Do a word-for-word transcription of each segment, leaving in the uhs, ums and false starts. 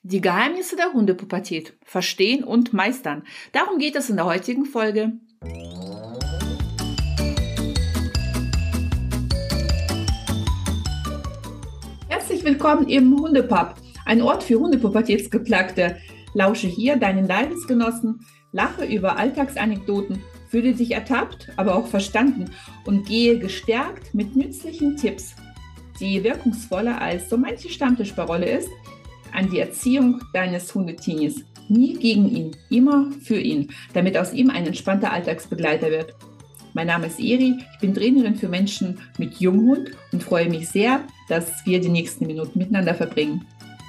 Die Geheimnisse der Hundepubertät verstehen und meistern. Darum geht es in der heutigen Folge. Herzlich willkommen im Hundepub, ein Ort für Hundepubertätsgeplagte. Lausche hier deinen Leidensgenossen, lache über Alltagsanekdoten, fühle dich ertappt, aber auch verstanden und gehe gestärkt mit nützlichen Tipps, die wirkungsvoller als so manche Stammtischparole ist, an die Erziehung deines Hundetinis. Nie gegen ihn, immer für ihn, damit aus ihm ein entspannter Alltagsbegleiter wird. Mein Name ist Eri, ich bin Trainerin für Menschen mit Junghund und freue mich sehr, dass wir die nächsten Minuten miteinander verbringen.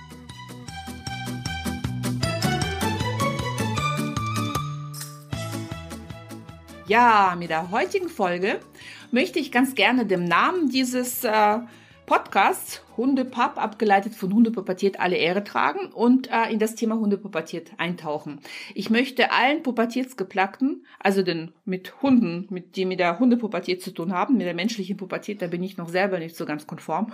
Ja, mit der heutigen Folge möchte ich ganz gerne dem Namen dieses äh, Podcasts Hundepub, abgeleitet von Hundepubertät, alle Ehre tragen und äh, in das Thema Hundepubertät eintauchen. Ich möchte allen Pubertätsgeplagten, also den mit Hunden, mit die mit der Hundepubertät zu tun haben, mit der menschlichen Pubertät, da bin ich noch selber nicht so ganz konform.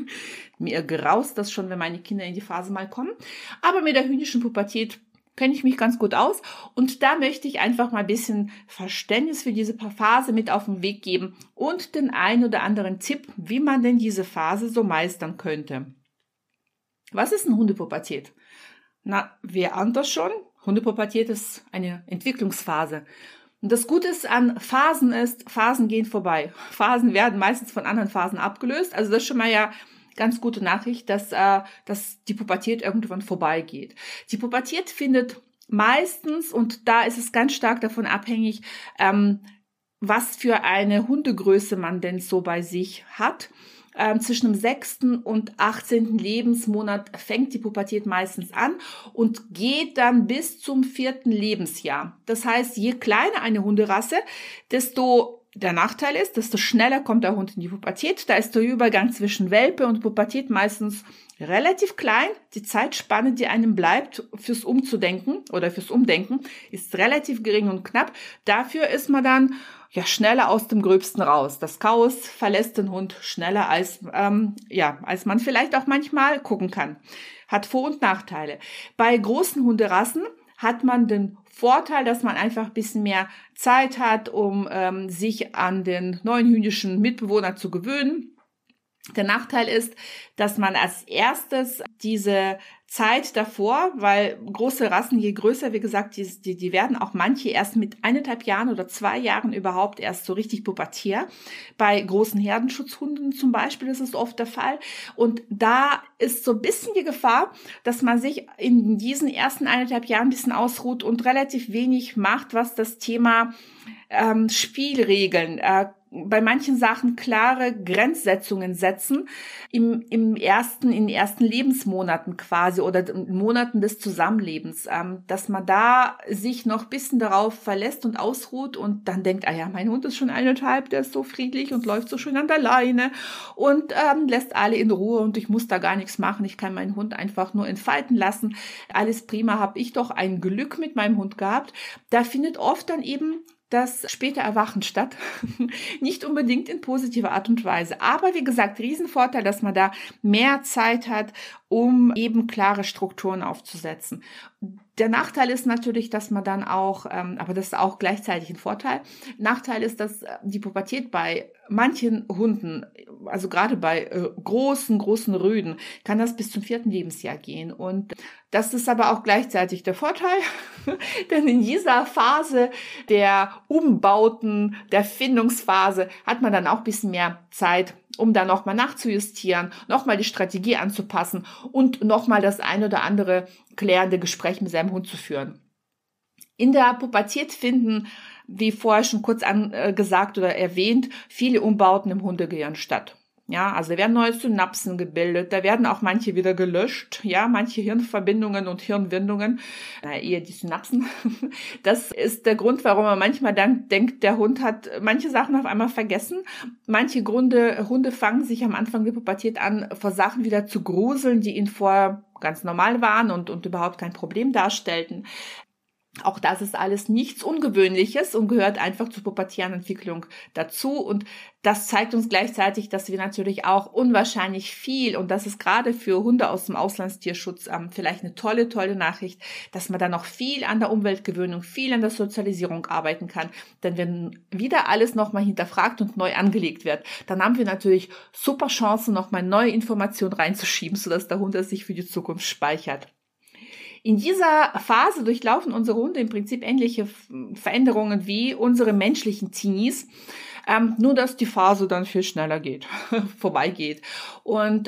Mir graust das schon, wenn meine Kinder in die Phase mal kommen. Aber mit der hündischen Pubertät kenne ich mich ganz gut aus und da möchte ich einfach mal ein bisschen Verständnis für diese Phase mit auf den Weg geben und den ein oder anderen Tipp, wie man denn diese Phase so meistern könnte. Was ist eine Hundepubertät? Na, wer ahnt das schon? Hundepubertät ist eine Entwicklungsphase. Und das Gute ist an Phasen ist, Phasen gehen vorbei. Phasen werden meistens von anderen Phasen abgelöst. Also das ist schon mal ja ganz gute Nachricht, dass, äh, dass die Pubertät irgendwann vorbeigeht. Die Pubertät findet meistens, und da ist es ganz stark davon abhängig, ähm, was für eine Hundegröße man denn so bei sich hat. Ähm, zwischen dem sechsten und achtzehnten Lebensmonat fängt die Pubertät meistens an und geht dann bis zum vierten Lebensjahr. Das heißt, je kleiner eine Hunderasse, desto der Nachteil ist, desto schneller kommt der Hund in die Pubertät. Da ist der Übergang zwischen Welpe und Pubertät meistens relativ klein. Die Zeitspanne, die einem bleibt fürs Umzudenken oder fürs Umdenken, ist relativ gering und knapp. Dafür ist man dann ja schneller aus dem Gröbsten raus. Das Chaos verlässt den Hund schneller, als ähm, ja als man vielleicht auch manchmal gucken kann. Hat Vor- und Nachteile. Bei großen Hunderassen hat man den Vorteil, dass man einfach ein bisschen mehr Zeit hat, um ähm, sich an den neuen hündischen Mitbewohner zu gewöhnen. Der Nachteil ist, dass man als erstes diese Zeit davor, weil große Rassen, je größer, wie gesagt, die, die, die werden auch manche erst mit eineinhalb Jahren oder zwei Jahren überhaupt erst so richtig pubertär. Bei großen Herdenschutzhunden zum Beispiel ist es oft der Fall. Und da ist so ein bisschen die Gefahr, dass man sich in diesen ersten eineinhalb Jahren ein bisschen ausruht und relativ wenig macht, was das Thema ähm, Spielregeln, äh, bei manchen Sachen klare Grenzsetzungen setzen im, im ersten, in den ersten Lebensmonaten quasi oder Monaten des Zusammenlebens, ähm, dass man da sich noch ein bisschen darauf verlässt und ausruht und dann denkt, ah ja, mein Hund ist schon eineinhalb, der ist so friedlich und läuft so schön an der Leine und ähm, lässt alle in Ruhe und ich muss da gar nichts machen, ich kann meinen Hund einfach nur entfalten lassen. Alles prima, habe ich doch ein Glück mit meinem Hund gehabt. Da findet oft dann eben das späte Erwachen statt. Nicht unbedingt in positiver Art und Weise. Aber wie gesagt, Riesenvorteil, dass man da mehr Zeit hat, um eben klare Strukturen aufzusetzen. Der Nachteil ist natürlich, dass man dann auch, ähm, aber das ist auch gleichzeitig ein Vorteil, Nachteil ist, dass die Pubertät bei manchen Hunden, also gerade bei äh, großen, großen Rüden, kann das bis zum vierten Lebensjahr gehen. Und das ist aber auch gleichzeitig der Vorteil, denn in dieser Phase der Umbauten, der Findungsphase hat man dann auch ein bisschen mehr Zeit, um da nochmal nachzujustieren, nochmal die Strategie anzupassen und nochmal das ein oder andere klärende Gespräch mit seinem Hund zu führen. In der Pubertät finden, wie vorher schon kurz angesagt oder erwähnt, viele Umbauten im Hundegehirn statt. Ja, also da werden neue Synapsen gebildet, da werden auch manche wieder gelöscht, ja, manche Hirnverbindungen und Hirnwindungen, naja, eher die Synapsen. Das ist der Grund, warum man manchmal dann denkt, der Hund hat manche Sachen auf einmal vergessen. Manche Gründe, Hunde fangen sich am Anfang der Pubertät an, vor Sachen wieder zu gruseln, die ihnen vorher ganz normal waren und, und überhaupt kein Problem darstellten. Auch das ist alles nichts Ungewöhnliches und gehört einfach zur pubertären Entwicklung dazu. Und das zeigt uns gleichzeitig, dass wir natürlich auch unwahrscheinlich viel, und das ist gerade für Hunde aus dem Auslandstierschutz ähm, vielleicht eine tolle, tolle Nachricht, dass man da noch viel an der Umweltgewöhnung, viel an der Sozialisierung arbeiten kann. Denn wenn wieder alles nochmal hinterfragt und neu angelegt wird, dann haben wir natürlich super Chancen, nochmal neue Informationen reinzuschieben, sodass der Hund es sich für die Zukunft speichert. In dieser Phase durchlaufen unsere Hunde im Prinzip ähnliche Veränderungen wie unsere menschlichen Teenies, ähm, nur dass die Phase dann viel schneller geht, vorbeigeht. Und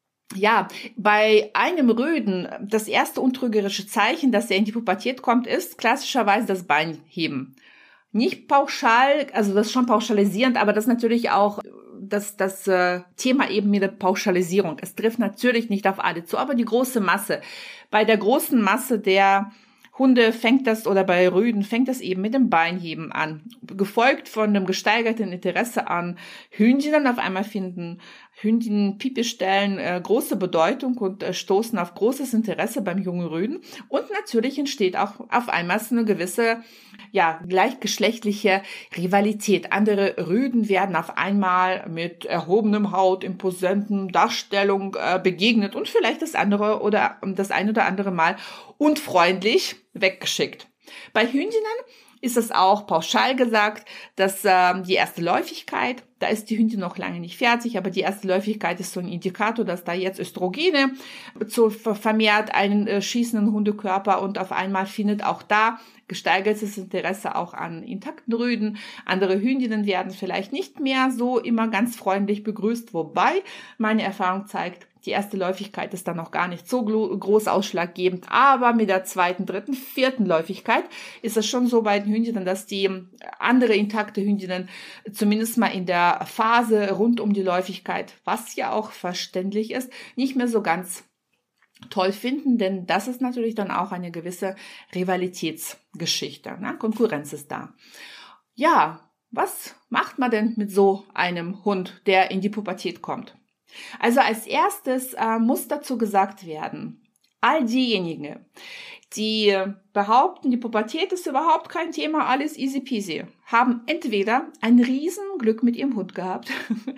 ja, bei einem Rüden, das erste untrügerische Zeichen, dass er in die Pubertät kommt, ist klassischerweise das Beinheben. Nicht pauschal, also das ist schon pauschalisierend, aber das ist natürlich auch das, das äh, Thema eben mit der Pauschalisierung. Es trifft natürlich nicht auf alle zu, aber die große Masse. Bei der großen Masse der Hunde fängt das, oder bei Rüden fängt das eben mit dem Beinheben an. Gefolgt von dem gesteigerten Interesse an Hündinnen. Auf einmal finden Hündinnen Pipistellen äh, große Bedeutung und äh, stoßen auf großes Interesse beim jungen Rüden. Und natürlich entsteht auch auf einmal eine gewisse, ja, gleichgeschlechtliche Rivalität. Andere Rüden werden auf einmal mit erhobenem Haut, imposanten Darstellung äh, begegnet und vielleicht das andere oder das ein oder andere Mal unfreundlich weggeschickt. Bei Hündinnen ist es auch pauschal gesagt, dass äh, die erste Läufigkeit, da ist die Hündin noch lange nicht fertig, aber die erste Läufigkeit ist so ein Indikator, dass da jetzt Östrogene zu vermehrt einen äh, schießenden Hundekörper, und auf einmal findet auch da gesteigertes Interesse auch an intakten Rüden. Andere Hündinnen werden vielleicht nicht mehr so immer ganz freundlich begrüßt, wobei meine Erfahrung zeigt, die erste Läufigkeit ist dann noch gar nicht so groß ausschlaggebend, aber mit der zweiten, dritten, vierten Läufigkeit ist es schon so bei den Hündinnen, dass die andere intakte Hündinnen zumindest mal in der Phase rund um die Läufigkeit, was ja auch verständlich ist, nicht mehr so ganz toll finden, denn das ist natürlich dann auch eine gewisse Rivalitätsgeschichte, ne? Konkurrenz ist da. Ja, was macht man denn mit so einem Hund, der in die Pubertät kommt? Also als erstes äh, muss dazu gesagt werden, all diejenigen, die behaupten, die Pubertät ist überhaupt kein Thema, alles easy peasy, haben entweder ein Riesenglück mit ihrem Hund gehabt.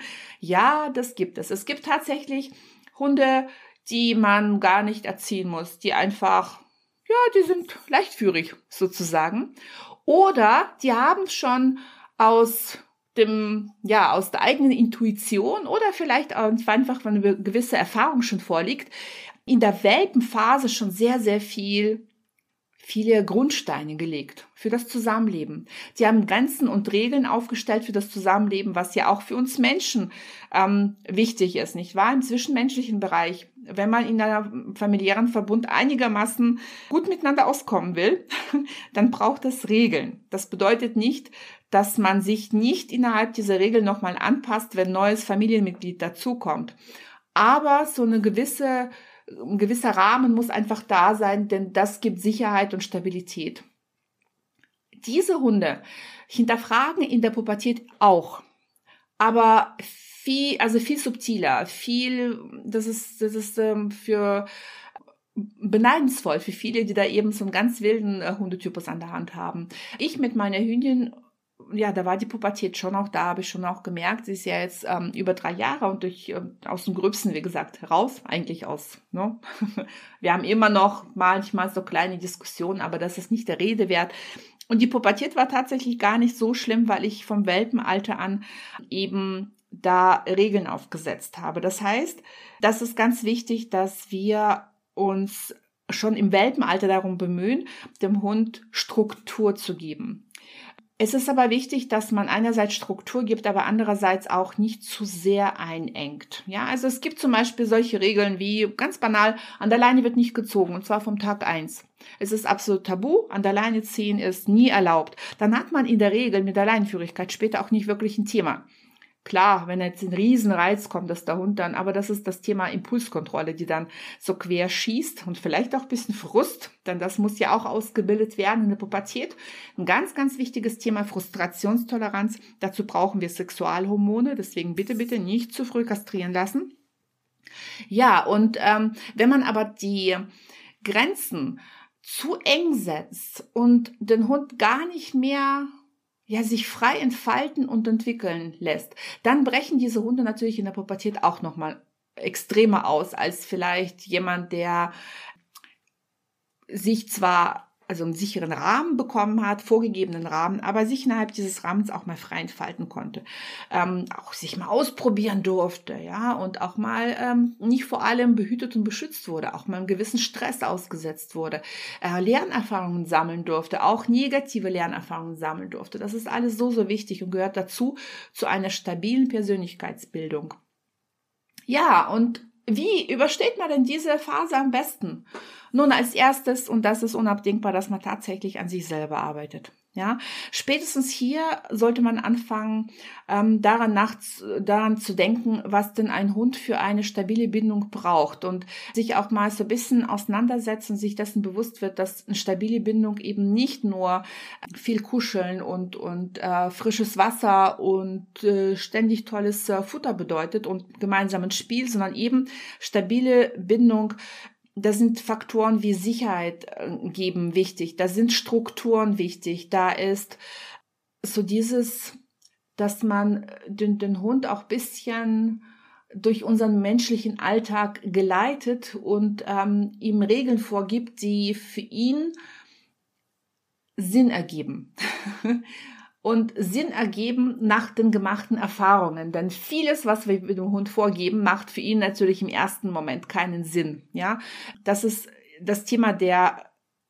Ja, das gibt es. Es gibt tatsächlich Hunde, die man gar nicht erziehen muss, die einfach, ja, die sind leichtführig sozusagen. Oder die haben schon aus dem, ja, aus der eigenen Intuition oder vielleicht einfach, wenn eine gewisse Erfahrung schon vorliegt, in der Welpenphase schon sehr, sehr viel, viele Grundsteine gelegt für das Zusammenleben. Die haben Grenzen und Regeln aufgestellt für das Zusammenleben, was ja auch für uns Menschen ähm, wichtig ist, nicht wahr? Im zwischenmenschlichen Bereich, wenn man in einem familiären Verbund einigermaßen gut miteinander auskommen will, dann braucht es Regeln. Das bedeutet nicht, dass man sich nicht innerhalb dieser Regeln nochmal anpasst, wenn ein neues Familienmitglied dazukommt. Aber so eine gewisse, ein gewisser Rahmen muss einfach da sein, denn das gibt Sicherheit und Stabilität. Diese Hunde hinterfragen in der Pubertät auch, aber viel, also viel subtiler, viel, das ist, das ist ähm, für beneidensvoll für viele, die da eben so einen ganz wilden äh, Hundetypus an der Hand haben. Ich mit meiner Hündin, ja, da war die Pubertät schon auch da, habe ich schon auch gemerkt. Sie ist ja jetzt ähm, über drei Jahre und durch äh, aus dem Gröbsten, wie gesagt, heraus, eigentlich aus. Ne? Wir haben immer noch manchmal so kleine Diskussionen, aber das ist nicht der Rede wert. Und die Pubertät war tatsächlich gar nicht so schlimm, weil ich vom Welpenalter an eben da Regeln aufgesetzt habe. Das heißt, das ist ganz wichtig, dass wir uns schon im Welpenalter darum bemühen, dem Hund Struktur zu geben. Es ist aber wichtig, dass man einerseits Struktur gibt, aber andererseits auch nicht zu sehr einengt. Ja, also es gibt zum Beispiel solche Regeln wie, ganz banal, an der Leine wird nicht gezogen, und zwar vom Tag eins. Es ist absolut tabu, an der Leine ziehen ist nie erlaubt. Dann hat man in der Regel mit der Leinenführigkeit später auch nicht wirklich ein Thema. Klar, wenn jetzt ein Riesenreiz kommt, dass der Hund dann, aber das ist das Thema Impulskontrolle, die dann so quer schießt und vielleicht auch ein bisschen Frust, denn das muss ja auch ausgebildet werden in der Pubertät. Ein ganz, ganz wichtiges Thema Frustrationstoleranz. Dazu brauchen wir Sexualhormone, deswegen bitte, bitte nicht zu früh kastrieren lassen. Ja, und ähm, wenn man aber die Grenzen zu eng setzt und den Hund gar nicht mehr ja, sich frei entfalten und entwickeln lässt, dann brechen diese Hunde natürlich in der Pubertät auch nochmal extremer aus als vielleicht jemand, der sich zwar also einen sicheren Rahmen bekommen hat, vorgegebenen Rahmen, aber sich innerhalb dieses Rahmens auch mal frei entfalten konnte, ähm, auch sich mal ausprobieren durfte, ja, und auch mal ähm, nicht vor allem behütet und beschützt wurde, auch mal einem gewissen Stress ausgesetzt wurde, äh, Lernerfahrungen sammeln durfte, auch negative Lernerfahrungen sammeln durfte. Das ist alles so, so wichtig und gehört dazu, zu einer stabilen Persönlichkeitsbildung. Ja, und wie übersteht man denn diese Phase am besten? Nun, als erstes, und das ist unabdingbar, dass man tatsächlich an sich selber arbeitet. Ja, spätestens hier sollte man anfangen, ähm, daran, nach, daran zu denken, was denn ein Hund für eine stabile Bindung braucht und sich auch mal so ein bisschen auseinandersetzen, sich dessen bewusst wird, dass eine stabile Bindung eben nicht nur viel Kuscheln und, und äh, frisches Wasser und äh, ständig tolles äh, Futter bedeutet und gemeinsames Spiel, sondern eben stabile Bindung. Da sind Faktoren wie Sicherheit geben wichtig, da sind Strukturen wichtig, da ist so dieses, dass man den, den Hund auch ein bisschen durch unseren menschlichen Alltag geleitet und ähm, ihm Regeln vorgibt, die für ihn Sinn ergeben. Und Sinn ergeben nach den gemachten Erfahrungen. Denn vieles, was wir mit dem Hund vorgeben, macht für ihn natürlich im ersten Moment keinen Sinn. Ja, das ist das Thema der,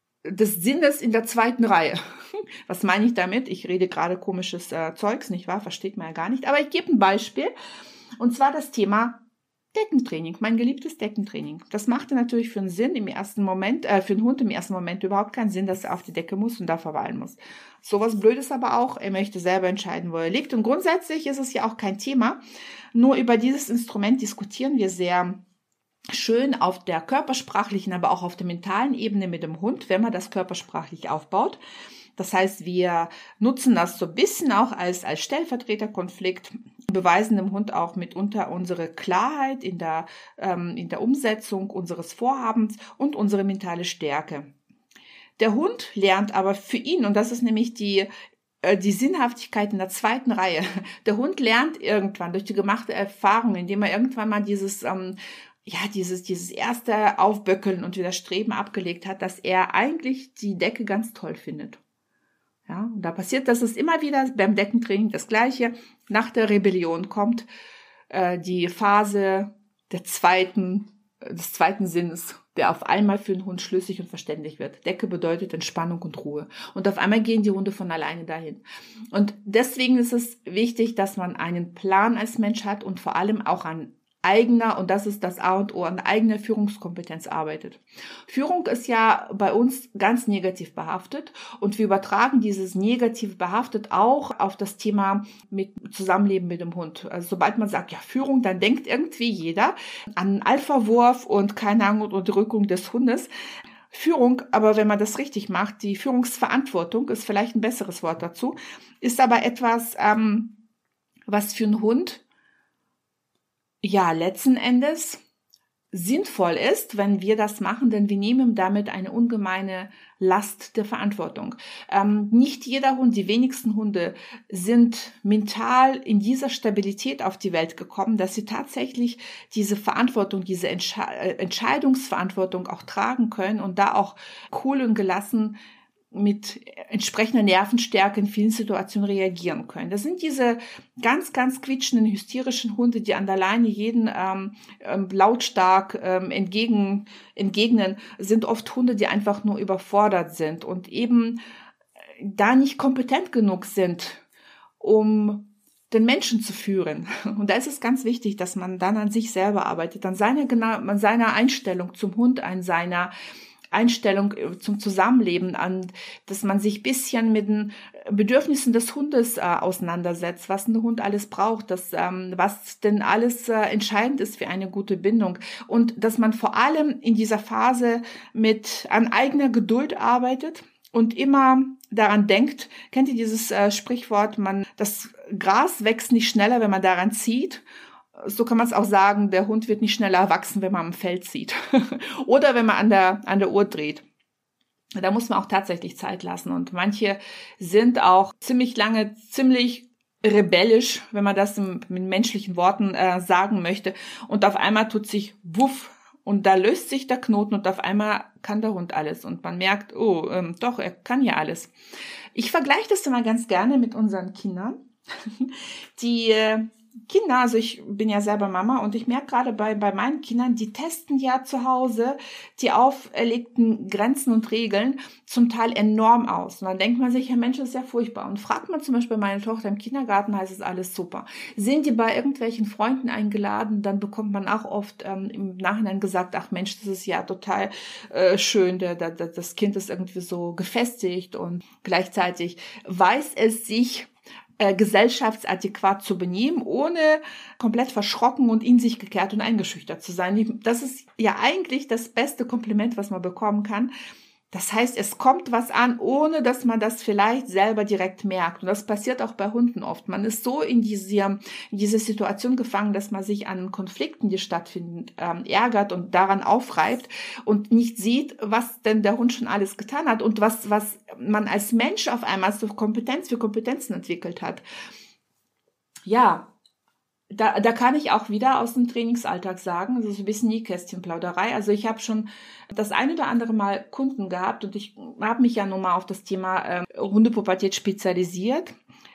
des Sinnes in der zweiten Reihe. Was meine ich damit? Ich rede gerade komisches äh, Zeugs, nicht wahr? Versteht man ja gar nicht. Aber ich gebe ein Beispiel. Und zwar das Thema Deckentraining, mein geliebtes Deckentraining. Das machte natürlich für einen Sinn im ersten Moment, äh, für einen Hund im ersten Moment überhaupt keinen Sinn, dass er auf die Decke muss und da verweilen muss. Sowas Blödes aber auch, er möchte selber entscheiden, wo er liegt. Und grundsätzlich ist es ja auch kein Thema. Nur über dieses Instrument diskutieren wir sehr schön auf der körpersprachlichen, aber auch auf der mentalen Ebene mit dem Hund, wenn man das körpersprachlich aufbaut. Das heißt, wir nutzen das so ein bisschen auch als, als Stellvertreterkonflikt, beweisen dem Hund auch mitunter unsere Klarheit in der, ähm, in der Umsetzung unseres Vorhabens und unsere mentale Stärke. Der Hund lernt aber für ihn, und das ist nämlich die, äh, die Sinnhaftigkeit in der zweiten Reihe, der Hund lernt irgendwann durch die gemachte Erfahrung, indem er irgendwann mal dieses ähm, ja, dieses, dieses erste Aufböckeln und Widerstreben abgelegt hat, dass er eigentlich die Decke ganz toll findet. Ja, und da passiert das ist immer wieder beim Deckentraining das Gleiche. Nach der Rebellion kommt äh, die Phase der zweiten, äh, des zweiten Sinnes, der auf einmal für den Hund schlüssig und verständlich wird. Decke bedeutet Entspannung und Ruhe. Und auf einmal gehen die Hunde von alleine dahin. Und deswegen ist es wichtig, dass man einen Plan als Mensch hat und vor allem auch an eigener, und das ist das A und O, an eigener Führungskompetenz arbeitet. Führung ist ja bei uns ganz negativ behaftet und wir übertragen dieses negativ behaftet auch auf das Thema mit Zusammenleben mit dem Hund. Also sobald man sagt, ja, Führung, dann denkt irgendwie jeder an Alpha-Wurf und keine Ahnung, Unterdrückung des Hundes. Führung, aber wenn man das richtig macht, die Führungsverantwortung ist vielleicht ein besseres Wort dazu, ist aber etwas, ähm, was für einen Hund ja, letzten Endes sinnvoll ist, wenn wir das machen, denn wir nehmen damit eine ungemeine Last der Verantwortung. Ähm, nicht jeder Hund, die wenigsten Hunde sind mental in dieser Stabilität auf die Welt gekommen, dass sie tatsächlich diese Verantwortung, diese Entsche- Entscheidungsverantwortung auch tragen können und da auch cool und gelassen mit entsprechender Nervenstärke in vielen Situationen reagieren können. Das sind diese ganz, ganz quietschenden, hysterischen Hunde, die an der Leine jeden ähm, ähm, lautstark ähm, entgegen, entgegnen, sind oft Hunde, die einfach nur überfordert sind und eben da nicht kompetent genug sind, um den Menschen zu führen. Und da ist es ganz wichtig, dass man dann an sich selber arbeitet, an seiner, an seiner Einstellung zum Hund, an seiner Einstellung zum Zusammenleben, an, dass man sich bisschen mit den Bedürfnissen des Hundes äh, auseinandersetzt, was ein Hund alles braucht, dass, ähm, was denn alles äh, entscheidend ist für eine gute Bindung und dass man vor allem in dieser Phase mit an eigener Geduld arbeitet und immer daran denkt, kennt ihr dieses äh, Sprichwort, man, das Gras wächst nicht schneller, wenn man daran zieht. So kann man es auch sagen, der Hund wird nicht schneller wachsen, wenn man am Feld zieht oder wenn man an der, an der Uhr dreht. Da muss man auch tatsächlich Zeit lassen. Und manche sind auch ziemlich lange, ziemlich rebellisch, wenn man das mit menschlichen Worten äh, sagen möchte. Und auf einmal tut sich wuff und da löst sich der Knoten und auf einmal kann der Hund alles. Und man merkt, oh, ähm, doch, er kann ja alles. Ich vergleiche das immer ganz gerne mit unseren Kindern. Die äh, Kinder, also ich bin ja selber Mama und ich merke gerade bei, bei meinen Kindern, die testen ja zu Hause die auferlegten Grenzen und Regeln zum Teil enorm aus. Und dann denkt man sich, ja Mensch, das ist ja furchtbar. Und fragt man zum Beispiel meine Tochter im Kindergarten, heißt es alles super. Sind die bei irgendwelchen Freunden eingeladen, dann bekommt man auch oft ähm, im Nachhinein gesagt, ach Mensch, das ist ja total äh, schön, der, der, das Kind ist irgendwie so gefestigt und gleichzeitig weiß es sich Äh, gesellschaftsadäquat zu benehmen, ohne komplett verschrocken und in sich gekehrt und eingeschüchtert zu sein. Das ist ja eigentlich das beste Kompliment, was man bekommen kann. Das heißt, es kommt was an, ohne dass man das vielleicht selber direkt merkt. Und das passiert auch bei Hunden oft. Man ist so in diese, in diese Situation gefangen, dass man sich an Konflikten, die stattfinden, ähm, ärgert und daran aufreibt und nicht sieht, was denn der Hund schon alles getan hat und was, was man als Mensch auf einmal so Kompetenz für Kompetenzen entwickelt hat. Ja, Da, da kann ich auch wieder aus dem Trainingsalltag sagen, also so ein bisschen Nähkästchenplauderei. Also ich habe schon das ein oder andere Mal Kunden gehabt und ich habe mich ja nun mal auf das Thema äh, Hundepubertät spezialisiert.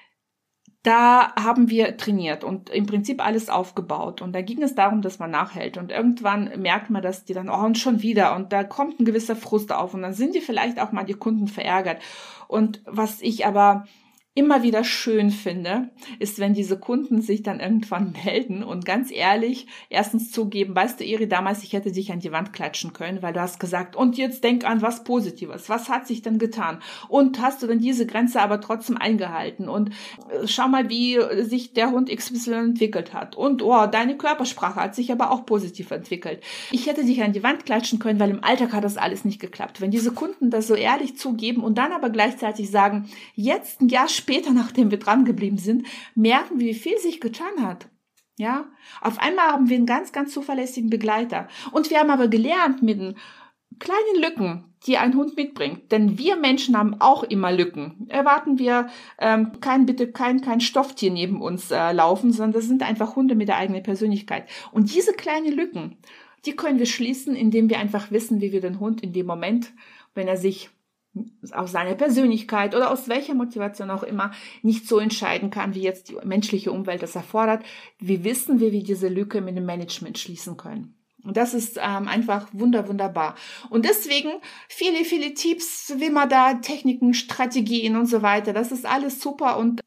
Da haben wir trainiert und im Prinzip alles aufgebaut. Und da ging es darum, dass man nachhält. Und irgendwann merkt man, dass die dann, oh, und schon wieder. Und da kommt ein gewisser Frust auf. Und dann sind die vielleicht auch mal die Kunden verärgert. Und was ich aber immer wieder schön finde, ist, wenn diese Kunden sich dann irgendwann melden und ganz ehrlich erstens zugeben, weißt du, Eri, damals, ich hätte dich an die Wand klatschen können, weil du hast gesagt, und jetzt denk an was Positives. Was hat sich denn getan? Und hast du denn diese Grenze aber trotzdem eingehalten? Und schau mal, wie sich der Hund X Y entwickelt hat. Und, oh, deine Körpersprache hat sich aber auch positiv entwickelt. Ich hätte dich an die Wand klatschen können, weil im Alltag hat das alles nicht geklappt. Wenn diese Kunden das so ehrlich zugeben und dann aber gleichzeitig sagen, jetzt ein Jahr später, Später, nachdem wir dran geblieben sind, merken wir, wie viel sich getan hat. Ja, auf einmal haben wir einen ganz, ganz zuverlässigen Begleiter. Und wir haben aber gelernt mit den kleinen Lücken, die ein Hund mitbringt. Denn wir Menschen haben auch immer Lücken. Erwarten wir ähm, kein, bitte kein, kein Stofftier neben uns äh, laufen, sondern das sind einfach Hunde mit der eigenen Persönlichkeit. Und diese kleinen Lücken, die können wir schließen, indem wir einfach wissen, wie wir den Hund in dem Moment, wenn er sich aus seiner Persönlichkeit oder aus welcher Motivation auch immer nicht so entscheiden kann, wie jetzt die menschliche Umwelt das erfordert. Wir wissen, wie wir diese Lücke mit dem Management schließen können. Und das ist ähm, einfach wunder, wunderbar. Und deswegen viele, viele Tipps, wie man da Techniken, Strategien und so weiter, das ist alles super und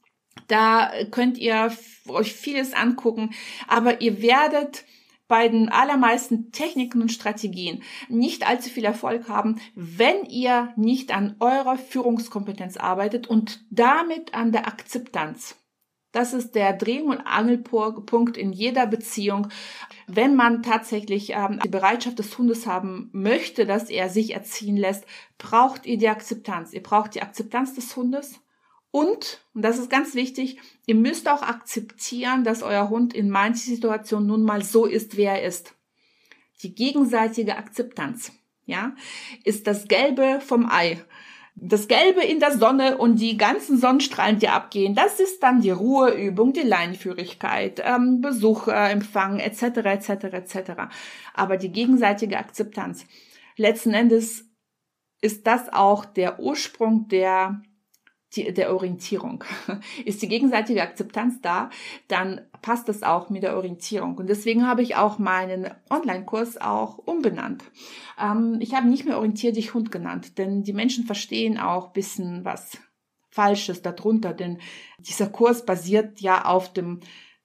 da könnt ihr euch vieles angucken, aber ihr werdet bei den allermeisten Techniken und Strategien nicht allzu viel Erfolg haben, wenn ihr nicht an eurer Führungskompetenz arbeitet und damit an der Akzeptanz. Das ist der Dreh- und Angelpunkt in jeder Beziehung. Wenn man tatsächlich ähm, die Bereitschaft des Hundes haben möchte, dass er sich erziehen lässt, braucht ihr die Akzeptanz. Ihr braucht die Akzeptanz des Hundes. Und, und das ist ganz wichtig, ihr müsst auch akzeptieren, dass euer Hund in manchen Situationen nun mal so ist, wie er ist. Die gegenseitige Akzeptanz, ja, ist das Gelbe vom Ei. Das Gelbe in der Sonne und die ganzen Sonnenstrahlen, die abgehen, das ist dann die Ruheübung, die Leinenführigkeit, ähm, Besucherempfang et cetera et cetera et cetera. Aber die gegenseitige Akzeptanz. Letzten Endes ist das auch der Ursprung der Die, der Orientierung. Ist die gegenseitige Akzeptanz da, dann passt das auch mit der Orientierung. Und deswegen habe ich auch meinen Online-Kurs auch umbenannt. Ähm, ich habe nicht mehr Orientier dich Hund genannt, denn die Menschen verstehen auch ein bisschen was Falsches darunter, denn dieser Kurs basiert ja auf dem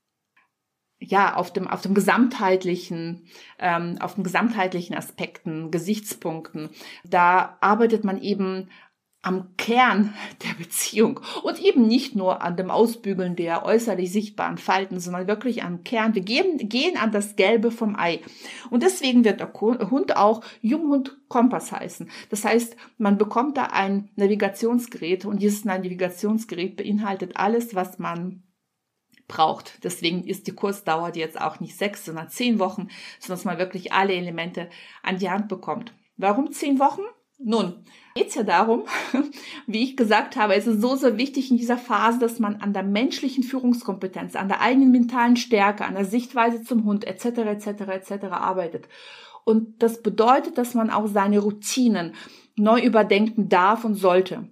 ja, auf dem, auf dem gesamtheitlichen, ähm, auf den gesamtheitlichen Aspekten, Gesichtspunkten. Da arbeitet man eben am Kern der Beziehung und eben nicht nur an dem Ausbügeln der äußerlich sichtbaren Falten, sondern wirklich am Kern. Wir geben, gehen an das Gelbe vom Ei. Und deswegen wird der Hund auch Junghund Kompass heißen. Das heißt, man bekommt da ein Navigationsgerät und dieses Navigationsgerät beinhaltet alles, was man braucht. Deswegen ist die Kursdauer jetzt auch nicht sechs, sondern zehn Wochen, sodass man wirklich alle Elemente an die Hand bekommt. Warum zehn Wochen? Nun, geht es ja darum, wie ich gesagt habe, es ist so, so wichtig in dieser Phase, dass man an der menschlichen Führungskompetenz, an der eigenen mentalen Stärke, an der Sichtweise zum Hund et cetera et cetera et cetera arbeitet. Und das bedeutet, dass man auch seine Routinen neu überdenken darf und sollte.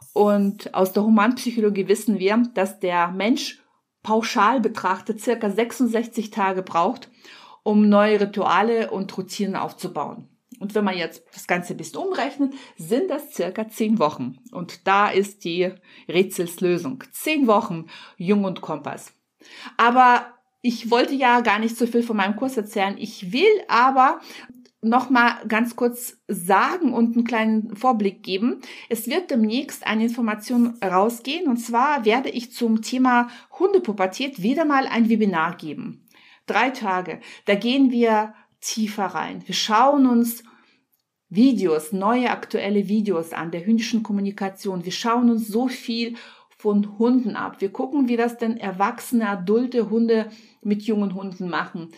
Und aus der Humanpsychologie wissen wir, dass der Mensch pauschal betrachtet circa sechsundsechzig Tage braucht, um neue Rituale und Routinen aufzubauen. Und wenn man jetzt das Ganze ein bisschen umrechnet, sind das circa zehn Wochen. Und da ist die Rätselslösung. Zehn Wochen Jung und Kompass. Aber ich wollte ja gar nicht so viel von meinem Kurs erzählen. Ich will aber noch mal ganz kurz sagen und einen kleinen Vorblick geben. Es wird demnächst eine Information rausgehen. Und zwar werde ich zum Thema Hundepubertät wieder mal ein Webinar geben. Drei Tage. Da gehen wir tiefer rein. Wir schauen uns Videos, neue aktuelle Videos an der hündischen Kommunikation. Wir schauen uns so viel von Hunden ab. Wir gucken, wie das denn erwachsene, adulte Hunde mit jungen Hunden machen.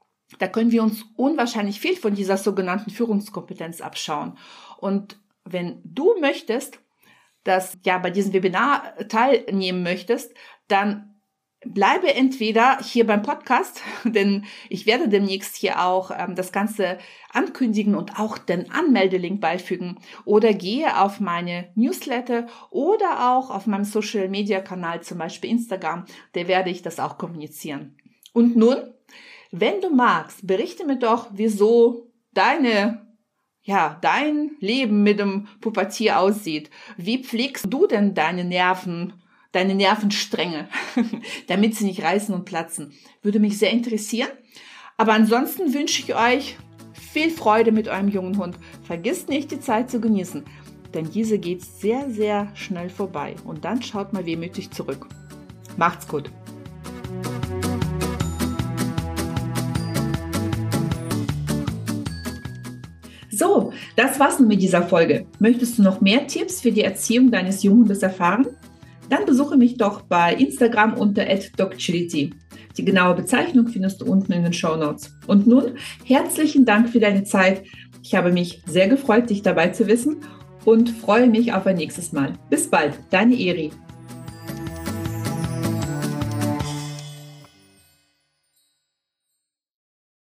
Da können wir uns unwahrscheinlich viel von dieser sogenannten Führungskompetenz abschauen. Und wenn du möchtest, dass ja bei diesem Webinar teilnehmen möchtest, dann bleibe entweder hier beim Podcast, denn ich werde demnächst hier auch ähm, das Ganze ankündigen und auch den Anmeldelink beifügen, oder gehe auf meine Newsletter oder auch auf meinem Social-Media-Kanal, zum Beispiel Instagram, da werde ich das auch kommunizieren. Und nun, wenn du magst, berichte mir doch, wieso deine ja, dein Leben mit dem Pubertier aussieht. Wie pflegst du denn deine Nerven, deine Nervenstränge, damit sie nicht reißen und platzen? Würde mich sehr interessieren. Aber ansonsten wünsche ich euch viel Freude mit eurem jungen Hund. Vergisst nicht, die Zeit zu genießen, denn diese geht sehr, sehr schnell vorbei. Und dann schaut mal wehmütig zurück. Macht's gut. So, das war's nun mit dieser Folge. Möchtest du noch mehr Tipps für die Erziehung deines Junghundes erfahren? Dann besuche mich doch bei Instagram unter at docchility. Die genaue Bezeichnung findest du unten in den Shownotes. Und nun, herzlichen Dank für deine Zeit. Ich habe mich sehr gefreut, dich dabei zu wissen und freue mich auf ein nächstes Mal. Bis bald, deine Eri.